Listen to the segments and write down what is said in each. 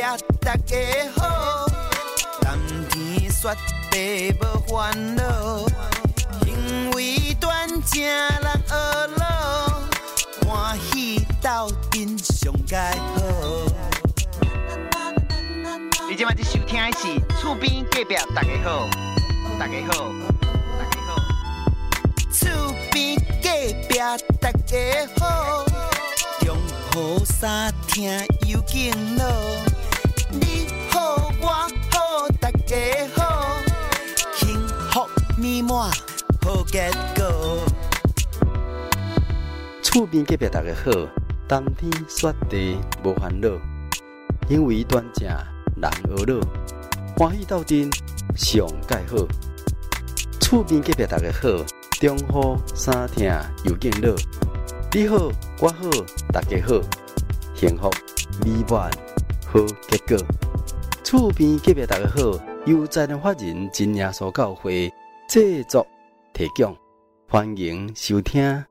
大家好，冬天雪地无烦恼，行为端正人学老，欢喜斗阵上佳好。你今晚在收听的是厝边隔壁大家好，大家好，大家好，厝边隔壁大家好，中好三听有敬老，你好我好大家好，幸福美满好结果。 厝边隔壁大家好，冬天雪地无烦恼，因为端正人学老，欢喜斗阵上介好。厝边隔壁大家好，中好三听有敬老，你好我好大家好，幸福美满好结果。厝边隔壁大家好，由在人法人真耶稣教会制作提供，欢迎收听。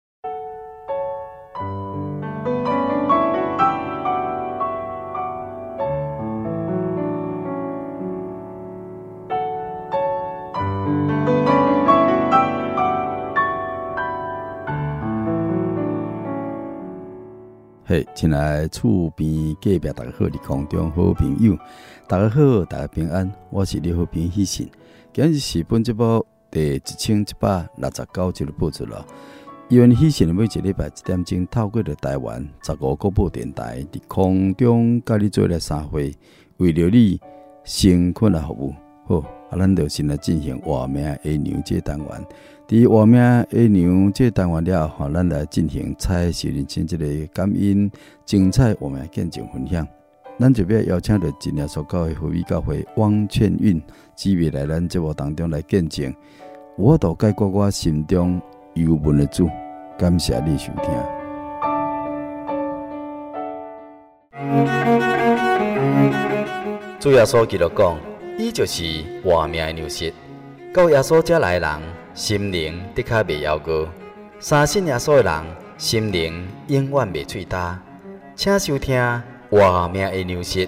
亲爱的厝边隔壁大家好，你空中好朋友，大家好，大家平安，我是你好朋友喜信。今日是本节目第1169集的播出了。因为喜信每一个礼拜1点钟透过台湾15广播电台伫空中甲你做来3回，为了你辛苦的服务。好，咱就先来进行画名下娘这单元。伫画名下娘这单元了后，咱来进行彩是人生这个感恩精彩画名见证分享。咱就要邀请到真耶稣教会福音教会汪劝运姊妹来咱节目当中来见证，我都解决我心中忧闷的主。感谢你收听。主耶稣基督讲，伊就是活命的粮食。到耶稣这来的人，心灵的确袂夭糕；相信耶稣的人，心灵永远袂脆焦。请收听活命的粮食。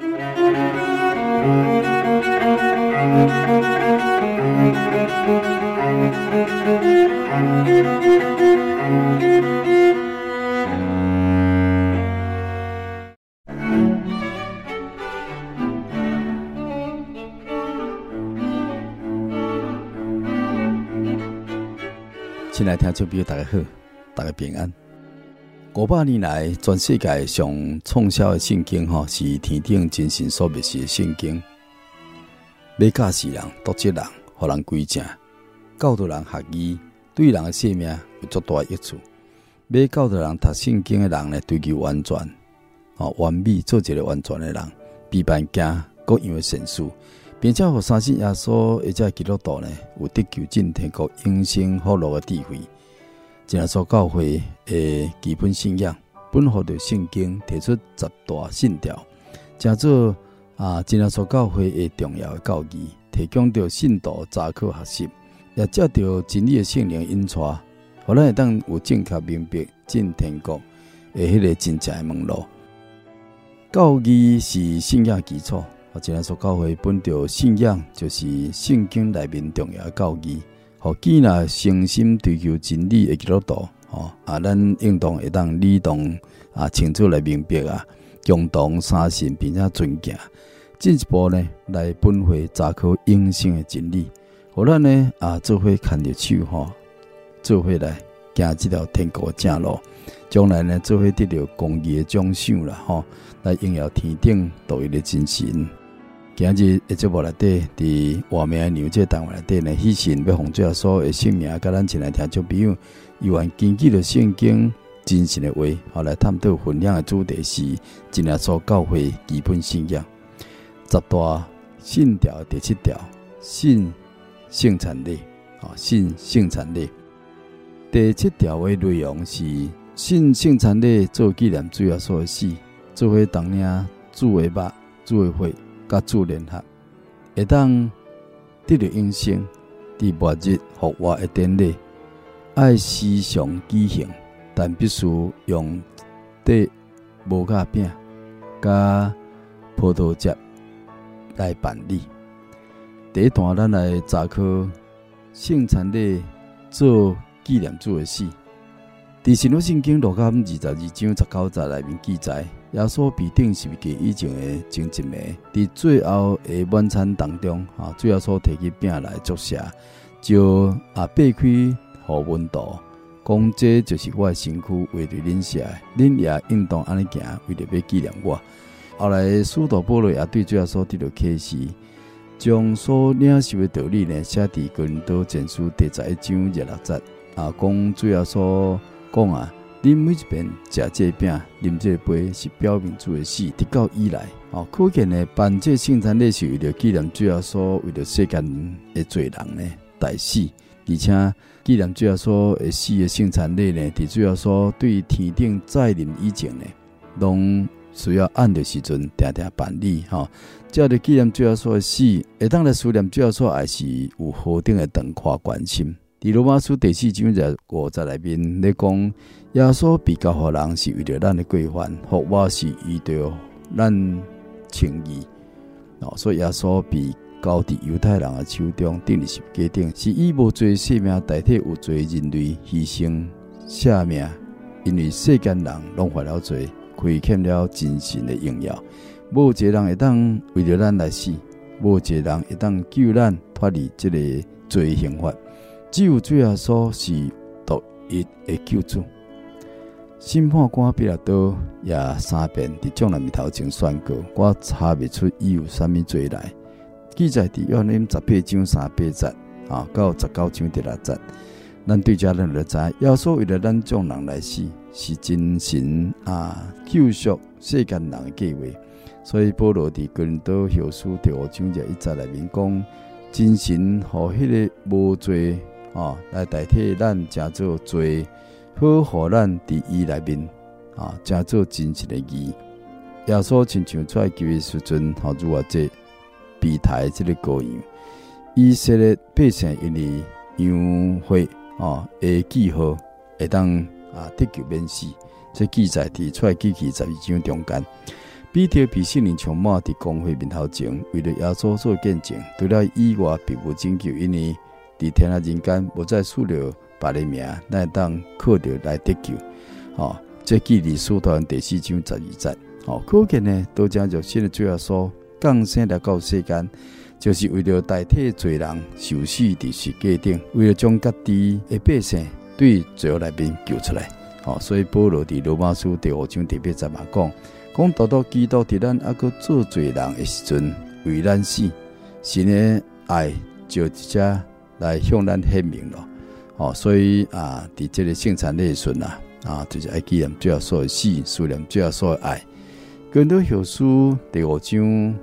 亲爱的听众朋友，大家好，大家平安。500年来，全世界上畅销的圣经是天顶真神所默示的圣经。要教示人、督责人、互人归正、教导人学义，对人的生命有足大益处。要教导人读圣经的人呢，追求完全、完美，做一个完全的人，避犯惊各样的善事，并且互相信耶稣或者基督徒呢，有得救进天国永生福乐的智慧。真耶稣教会的基本信仰，本乎着圣经提出10大信条，正做真耶稣教会的重要的教义，提供着信徒查考学习，也接着真理的圣灵引带，互咱会当有正确明白进天国的迄个真正的门路。教义是信仰基础。真耶稣教会本着信仰，就是圣经内面重要的教义。互既若诚心追求真理的基督徒，咱应当会当理同清楚来明白共同相信并且尊敬，进一步呢来本会查考永生的真理，互咱呢做伙牵着手做伙来行这条天国的正路，将来呢做伙得到公义的奖赏啦，来荣耀天顶独一的真神。今日的节目内底，伫活命的娘这单元内底呢，喜信要奉主耶稣的圣名，甲咱亲爱听众朋友，伊愿根据着圣经真神的话，来探讨分享的主题是真耶稣教会基本信仰10大信条第7条，信圣产力，信圣产力。第7条的内容是信圣产力做纪念主耶稣的死，做伙同领主的肉、主的血。甲主联合，会当得到永生。伫末日复活的典礼，爱时常举行，但必须用缀无甲饼、甲葡萄节来办理。第一段咱来查考圣餐礼做纪念主的死。伫新约圣经路加22章19节内面记载，耶稣被钉十字架以前的前一暝，伫最后的晚餐当中，主耶稣提起饼来祝谢，就扒开予门徒，讲这就是我的身躯，为着恁写的，恁也应当安尼行，为着要纪念我。后来使徒保罗也对主耶稣得到启示，将所领受的道理呢写伫哥林多前书第11章26节，讲主耶稣讲恁每一遍食这饼、啉这杯，是表明主的死，直到以来。可见呢，办这圣餐礼是为了纪念主耶稣为了世间的罪人呢代死，而且纪念主耶稣的死的圣餐礼呢，伫主耶稣对天顶再临以前呢，拢需要按着时阵定定办理。照着纪念主耶稣的死，会当来思念主耶稣爱是有何等的长阔关心。伫罗马书第4章5节内面咧讲，耶稣被交予人是为了咱的过犯，复活是依着咱称义。所以耶稣被交伫犹太人的手中，钉伫十字架顶，是以无罪生命代替有罪人类牺牲舍命，因为世间人拢犯了罪，亏欠了真神的荣耀。无一个人会当为了咱来死，无一个人会当救咱脱离这个罪刑罚。只有主耶稣是独一的救主。审判官比拉多也3遍伫众人面头前宣告，我查不出伊有啥物罪来。记载伫约翰福音18章38节到19章第6节。咱对这咱就知，耶稣为了咱众人来死，是真神救赎世间人的计划。所以保罗伫哥林多后书第5章1节内面讲，真神予迄个无罪来代替咱，成做罪，好互咱伫伊内面成做真实的义。耶稣亲像出埃及的时阵，如何这被抬这个羔羊，以色列百姓因为羊会的记号会当得救免死。这记载伫出埃及记12章中间。彼得被圣灵充满伫公会面头前，为了耶稣做见证，除了以外并无拯救，因为伫天下人间无再赐了别的名，咱会当靠着来得救。这记伫使徒行第4章12节。可见呢，多将肉身的主耶稣降生来到世间，就是为了代替罪人受死伫十字架顶，为了将家己的百姓对罪恶内面救出来。所以保罗伫罗马书第5章第8节嘛讲独独基督伫咱还阁做罪人的时阵为咱死，神的爱就直接来向咱显明了。所以伫这个圣餐礼的时阵就是爱纪念主耶稣的死，思念主耶稣的爱。哥林多后书第5章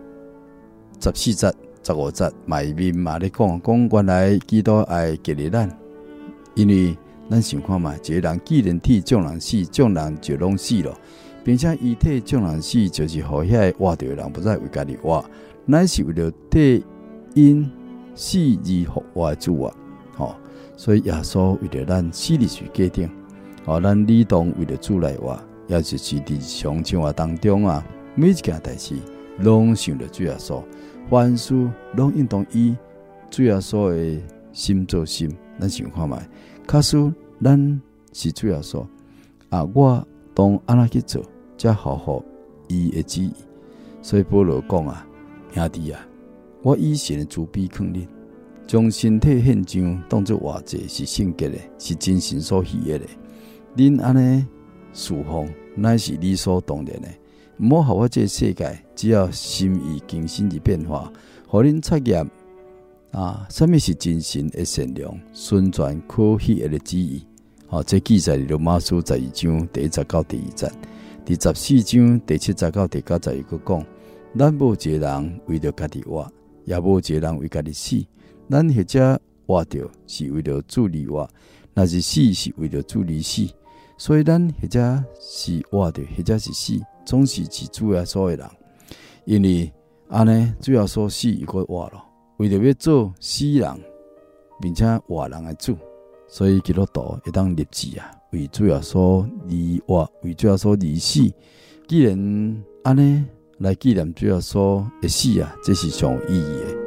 14节、15节内面嘛咧讲原来基督爱激励咱，因为咱想看嘛，一个人既然替众人死，众人就拢死了，并且伊替众人死，就是互遐活着的人不再为家己活，乃是为了替因死而复活的主啊。所以耶稣为了咱死伫十字架顶，咱理当为了主来活，也就是伫日常生活当中每一件代志拢想着主耶稣，凡事拢应当以主耶稣的心做心。咱想看卖，假使咱是主耶稣我当安怎去做，才符合伊的旨意。所以保罗讲兄弟我以神的慈悲劝恁，将身体献上当作活祭，是圣洁的，是真神所喜悦的。恁安尼侍奉，乃是理所当然的。唔好互我这个世界，只要心意更新而变化，互恁测验什么是真神的善良，顺全可喜悦的旨意。这记载罗马书12章第1节到第2节，第14章第7节到第9节又讲，咱无一个人为了家己活，也无一个人为家己死。咱或者活着是为了主而活，若是死是为了主而死。所以咱或者是活着，或者是死，总是主耶稣的人。因为安尼主耶稣死又搁活了，为了要做死人并且活人的主，所以基督徒会当立志为主耶稣而活，为主耶稣而死。既然安尼来纪念主耶稣的死啊，这是上有意义的。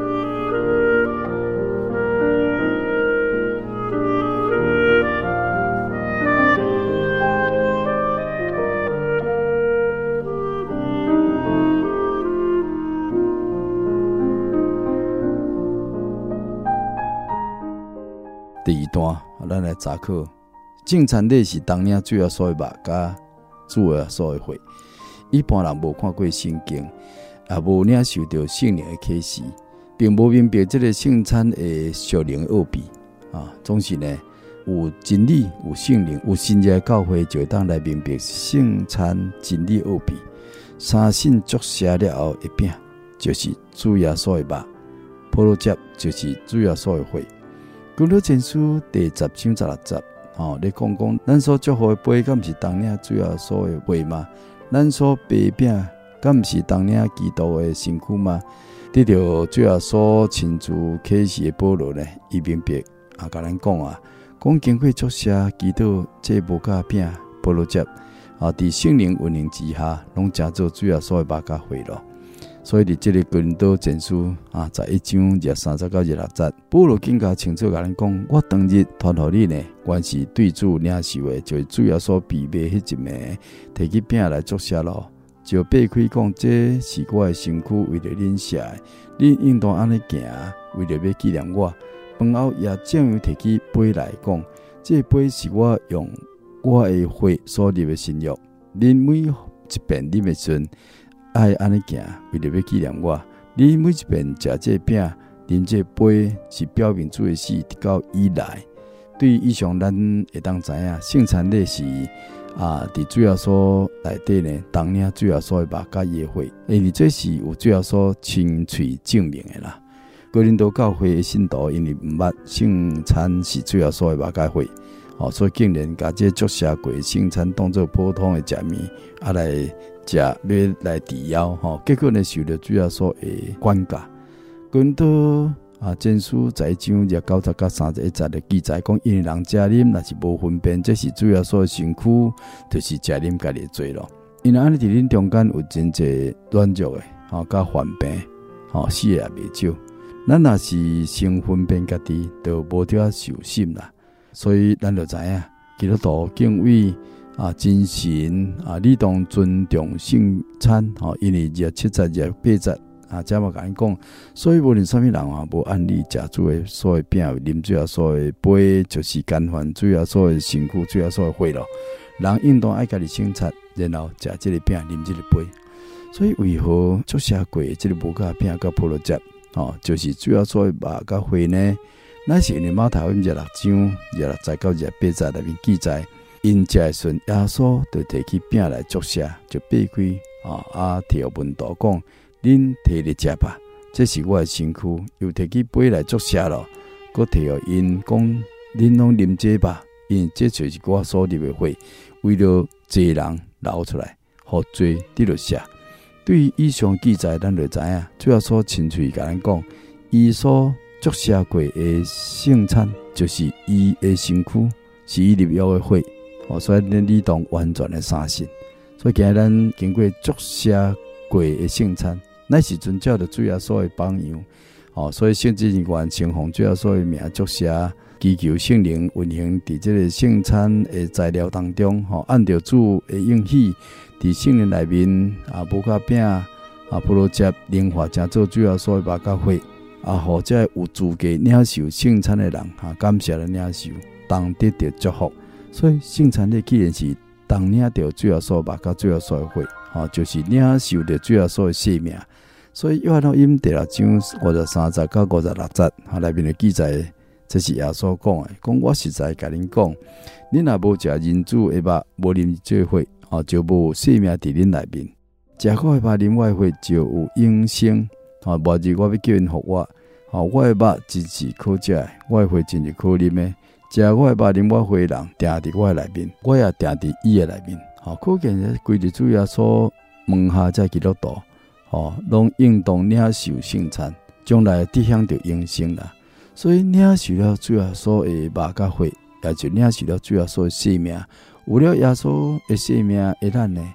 第二段，咱来查考正餐礼是当领主耶稣的肉甲主耶稣的血。一般人无看过圣经，也无领受到圣灵的启示，并无明白这个圣餐的属灵奥秘啊。总是呢，有真理、有圣灵、有信仰的教会，就当来明白圣餐真理奥秘。三信作写了后的饼，就是主耶稣的肉；葡萄汁就是主耶稣的血。《哥林多前书》第10章16节，你讲咱所祝福的杯，敢毋是当领主耶稣的血吗？咱所擘饼，敢毋是当领基督的身躯吗？得到主耶稣亲自启示的保罗呢，伊明白甲咱讲经过作写，基督这无甲饼、葡萄汁伫圣灵运行之下，拢成做主耶稣的肉甲血咯。所以伫这个哥林多前书11章30到26节，保罗更加清楚甲咱讲：我当日传互你呢，原是对主领受的，就是主耶稣被卖迄一暝，摕起饼来作写咯。就擘开讲，这是我的身躯，为了恁写的，恁应当安尼行，为了要纪念我。饭后也照样摕起杯来讲，这杯是我用我的血所立的新约，恁每一遍啉的时阵，爱安尼行，为了要纪念我。你每一遍食这饼、啉这杯，是表明主的死直到以来。对于以上，咱会当知影，圣餐礼是伫主耶稣内底呢，当领主耶稣的肉甲伊的血，因为这是有主耶稣亲嘴证明的啦。哥林多教会的信徒因为毋捌圣餐是主耶稣的肉甲血，所以竟然把这作写过圣餐当作普通的食面来食，要来抵腰，结果呢受到主耶稣的管教。哥林多前书11章90到31节的记载讲，因为人食啉若是无分辨，这是主耶稣的身躯，就是食啉家己的罪咯。因为安尼伫恁中间有真济软弱的，甲患病，死也未少。咱若是先分辨家己，就无得受审啦。所以咱就知影，基督徒敬畏真神你当尊重圣餐，因为日7节日8节这么甲你讲。所以无论什么人无按理食主的所有饼，啉主耶稣的杯，就是干犯主耶稣的身躯、主耶稣的血咯。人应当爱家己省察，然后食这个饼、啉这个杯。所以为何作写过这个无甲饼甲葡萄汁，就是主耶稣的肉甲血呢？那是因为马太福音16章26到28节内面记载，因食的时，耶稣就摕起饼来作写，就擘开摕互门徒讲：恁摕来食吧，这是我的身躯。又摕起杯来作写咯，佮摕互因讲：恁拢啉这吧，因为这就是我所立的血，为了济人流出来，互罪得着赦。对于以上记载，咱就知影，主要所亲嘴甲咱讲，伊所作写过的圣餐，就是伊的身躯，是伊立约的血。所以你当完全的相信。所以今日咱经过作写过的圣餐，乃是遵照着主耶稣的榜样。所以圣职人员称奉主耶稣的名作写，祈求圣灵运行伫这个圣餐的材料当中，按照主的应许，伫圣灵内面无甲饼葡萄汁灵化成做主耶稣的肉甲血，或者有资格领受圣餐的人感谢来领受，当得到祝福。所以圣餐礼既然是当领到主耶稣肉甲主耶稣的血，就是领受到主耶稣的生命。所以约翰福音第6章53节到56节内面的记载，这是耶稣讲的，讲我实在甲恁讲，恁若无食人子的肉，无啉这血，就无生命伫恁内面。食我的肉，啉我的血，就有永生。末日我要叫因复活。我的肉真是可食的，我的血真是可啉的。食我的肉，啉我血的人，定伫我的内面，我也定伫伊的内面。可见规日主耶稣门下这基督徒，拢应当领受圣餐，将来得享着永生啦。所以领受了主耶稣的肉甲血，也就领受了主耶稣的生命。有了耶稣的生命，会咱呢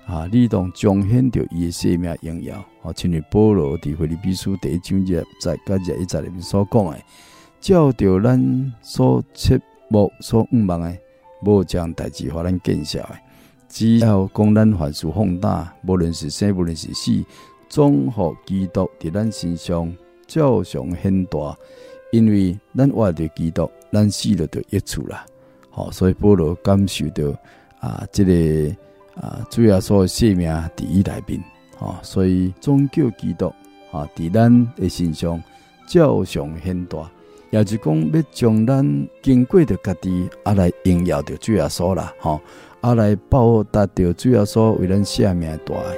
你当彰显着伊的生命荣耀。亲像保罗伫腓立比书第1章10-11里面所讲的，照着咱所切慕所仰望的，无将代志互咱见效的。只要讲咱凡事放胆，无论是生无论是死，总互基督伫咱身上照常显大。因为咱活着基督，咱死了就益处啦。所以保罗感受到这个主耶稣的生命伫伊内面。所以总叫基督伫咱的身上照常显大，也就是讲要将咱经过着家己来荣耀着主耶稣啦，来报答着主耶稣为咱舍命的大爱。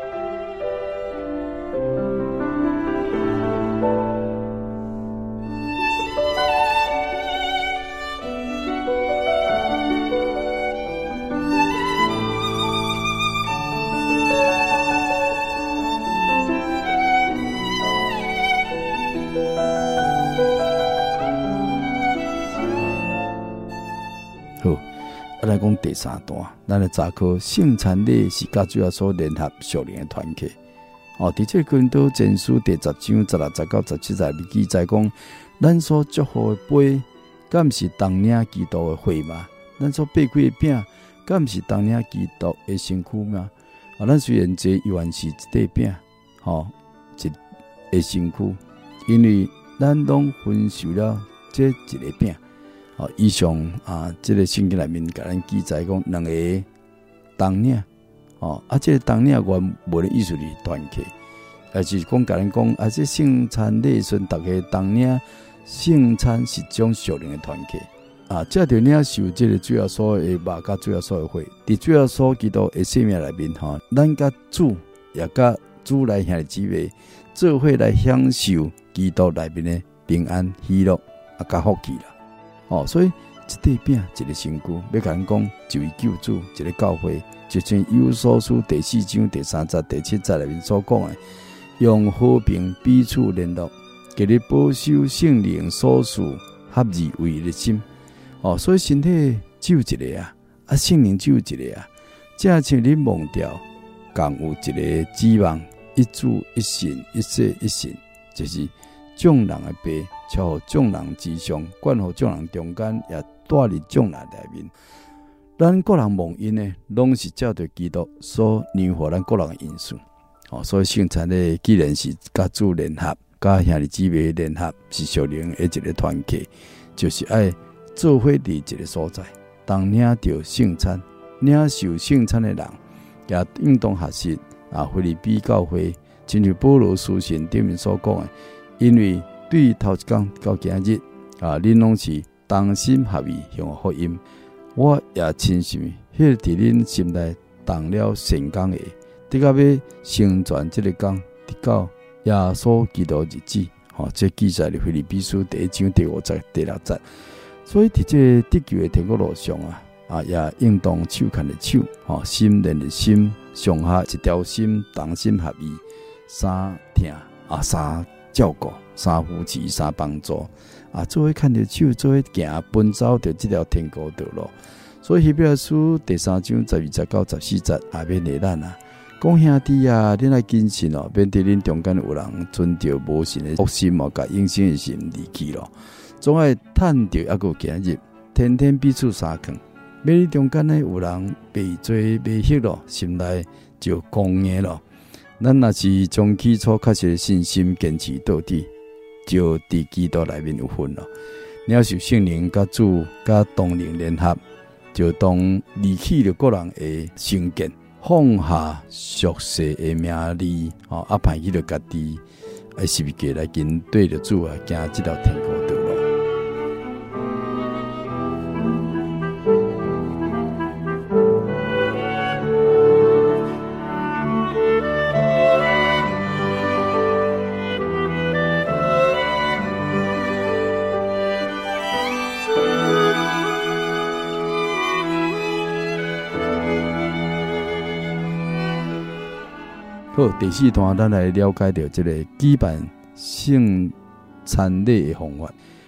来讲第3段，咱来查考圣餐礼是甲主耶稣联合属灵的团契。伫这哥林多前书第10章16、19、17节里记载讲，咱所祝福的杯，敢毋是当领基督的血嘛？咱所擘开的饼，敢毋是当领基督的身躯嘛？咱虽然这依然是一块饼，一个身躯，因为咱拢分受了这一个饼。以上这个圣经里面甲咱记载讲2个当领，这个当领原无的意思是团契，而是讲甲咱讲这圣餐礼时大家当领圣餐是种属灵的团契。这就领受这个主耶稣的肉甲主耶稣的血，伫主耶稣基督的生命里面，咱甲主也甲主来兄弟姊妹做伙来享受基督里面的平安、喜乐甲福气啦。所以一块饼一个身躯，要甲咱讲一位救主，一个教会，就像以弗所书第4章第3节、第7节里面所讲的，用和平彼此联络，给你保守圣灵所赐合而为一的心。所以身体只有一个圣灵只有一个正像你忘掉，共有一个指望，一主一神一血一神，就是众人的杯，超乎众人之上，灌乎众人中间，也带入众人里面。咱个人蒙恩呢，拢是照着基督所量予咱个人的因素。所以圣餐呢，既然是甲主联合，甲兄弟姊妹联合，是属灵的一个团契，就是爱做伙伫一个所在，当领着圣餐，领受圣餐的人，也应当学习腓立比教会，亲像保罗书信顶面所讲的。因为对头一天到今日恁拢是同心合意向福音，我也深信，迄伫恁心内动了成功的，直到要成全这个工，直到耶稣基督日子。这记载伫腓立比书第1章第5节、第6节。所以伫这得救的天国路上也应当手牵着手，心连着心，上下一条心，同心合意，三听三照顾，三扶持，三帮助做伙牵着手，做伙行，奔走着这条天国道路。所以希伯来书第3章12、19、14节也勉励咱讲兄弟恁来谨慎免伫恁中间有人存着无信的恶心甲应心的心离去咯。总爱趁着还有今日，天天彼此相劝。免你中间有人被罪被黑咯，心内就公硬咯。咱若是将起初确实的信心坚持到底，就伫基督内面有份咯。领受圣灵甲主甲同灵联合，就当离弃了个人的成见，放下俗世的名利，叛逆了家己，是不是来跟对着主行这条天国道路？好，第4段咱来了解到这个举办圣餐礼的方法。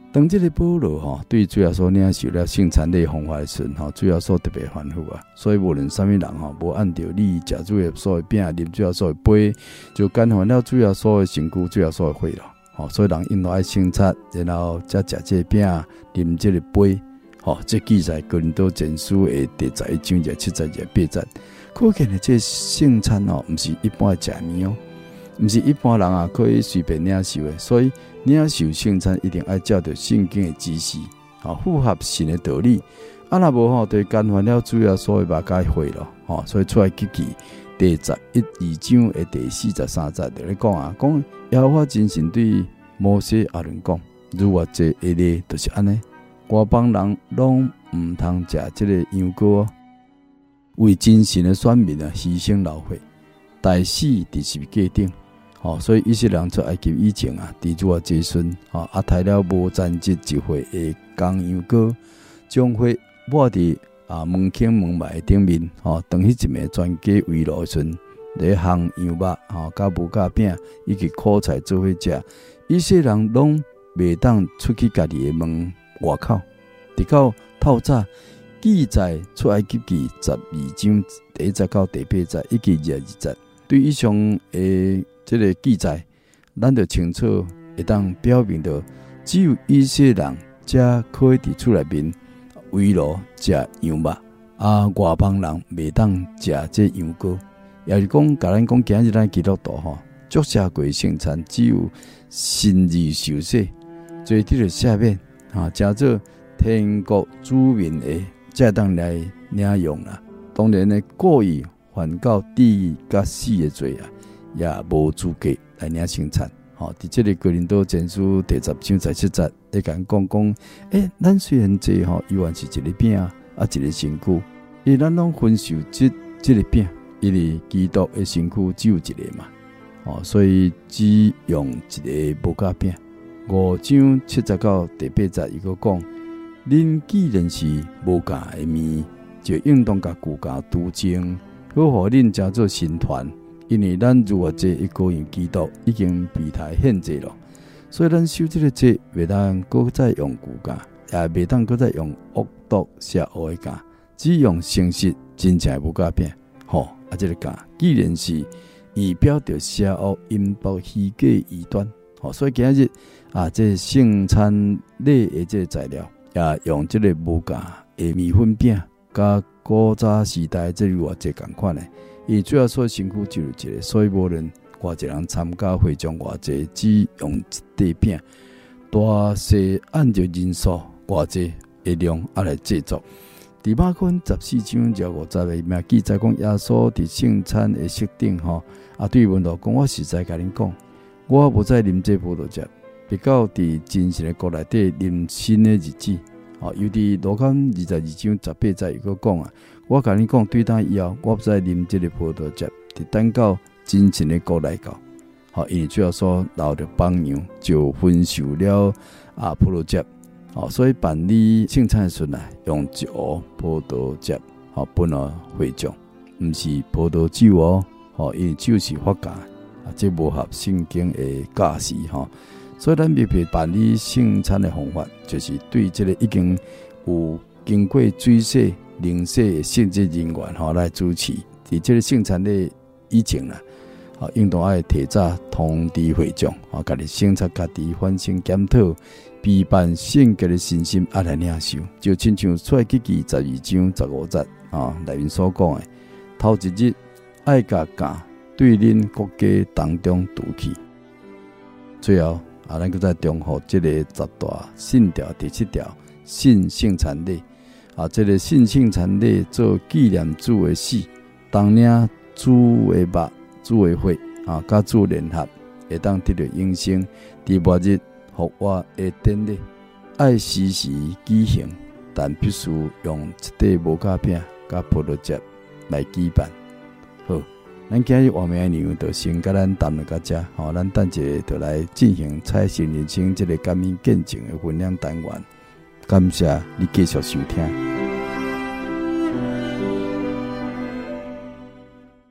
当这个保罗对主耶稣领受了圣餐礼方法的时候，主耶稣特别吩咐啊，所以无论什么人无按照你吃主耶稣的饼，啉主耶稣的杯，就干犯了主耶稣的身躯、主耶稣的血了。所以人因都爱圣餐，然后才吃这个饼、啉这个杯。这记载哥林多前书的第11章70节8节，可见的这圣餐不是一般的食面不是一般人可以随便领受的，所以领受圣餐一定要照着圣经的指示，符合神的道理。若无就干犯了主耶稣的肉甲血咯。所以出来记记第11、2章的第43节就咧讲讲耶和华真神对摩西亚伦讲，如我这一例就是安尼，外邦人拢唔通食这个羊羔为真神的选民牺牲流血，大死伫十字架顶。所以以色列人出埃及以前伫主啊这孙杀了无残疾一岁的公羊羔，将血抹伫门框门楣顶面，当迄一枚全家围炉时，咧烘羊肉甲无甲饼以及苦菜做伙食。以色列人拢袂当出去家己的门外口。直到透早记载出埃及记12章第1节到第8节以及22节，对以上的这个记载，咱就清楚会当表明到，只有以色列人才可以伫厝内面围炉食羊肉，外邦人袂当食这羊羔。也是讲，甲咱讲今日咱基督徒祝谢过圣餐，只有信而受洗，做得了赦免加做天国子民的，才当来领用啦。当然呢，故意犯到地狱甲死的罪也无资格来领圣餐。伫这个哥林多前书第10章17节，咧讲咱虽然这依然是一个饼一个身躯，咱拢分受这个饼，因为基督的身躯只有一个嘛，所以只用一个无加饼。5章7节到第8节，伊个讲，恁既然是无加的面，就应当甲旧加除净，好互恁成做新团。因为咱如何这一个人基督已经被他献祭了，所以咱守这个祭袂当搁再用旧加，也袂当搁再用恶毒邪恶的加，只用诚实真正的无加饼。这个加既然是以表着邪恶、淫毒、虚假、异端，所以今日这圣餐礼的这材料，也用这个无加的米粉饼，甲古早时代这如何这共款的。伊主要说身躯只有一个，所以无论偌济人参加会场偌济，只用一块饼，大细按照人数偌济的量来制作。第马可14章50的名记载讲，耶稣伫圣餐的设定对门徒讲，我实在甲恁讲，我无再啉这葡萄汁，直到伫真神的国内底啉新的日子。尤伫路加22章18节，伊个讲我甲你讲，对当以后，我不再啉这个葡萄汁，直等到真正的国来到。因为主要说留着榜样，就分受了葡萄汁。所以办理圣餐的时候用一壶葡萄汁，分了会众，不是葡萄酒因为酒是发酵，这无合圣经的教示所以咱必须办理圣餐的方法，就是对这个已经有经过水洗、灵洗的圣职人员来主持。在这个圣餐的以前应当要提早通知会众，家己省察家己反省检讨，备办圣洁的信心来领受。就亲像出埃及记12章15节内面所讲的，头一日爱甲教对恁国家当中除去。最后咱搁再重复这个10大信条第7条，信圣餐礼这个信圣餐礼做纪念主的死，当领主的肉、主的血甲主联合，会当得到永生。第末日复活的典礼，爱时时举行，但必须用一块无加饼甲葡萄汁来举办。好。咱今日画面的内容就先甲咱谈论到这，咱等下就来进行彩信人生这个感恩见证的分享单元。感谢你继续收听。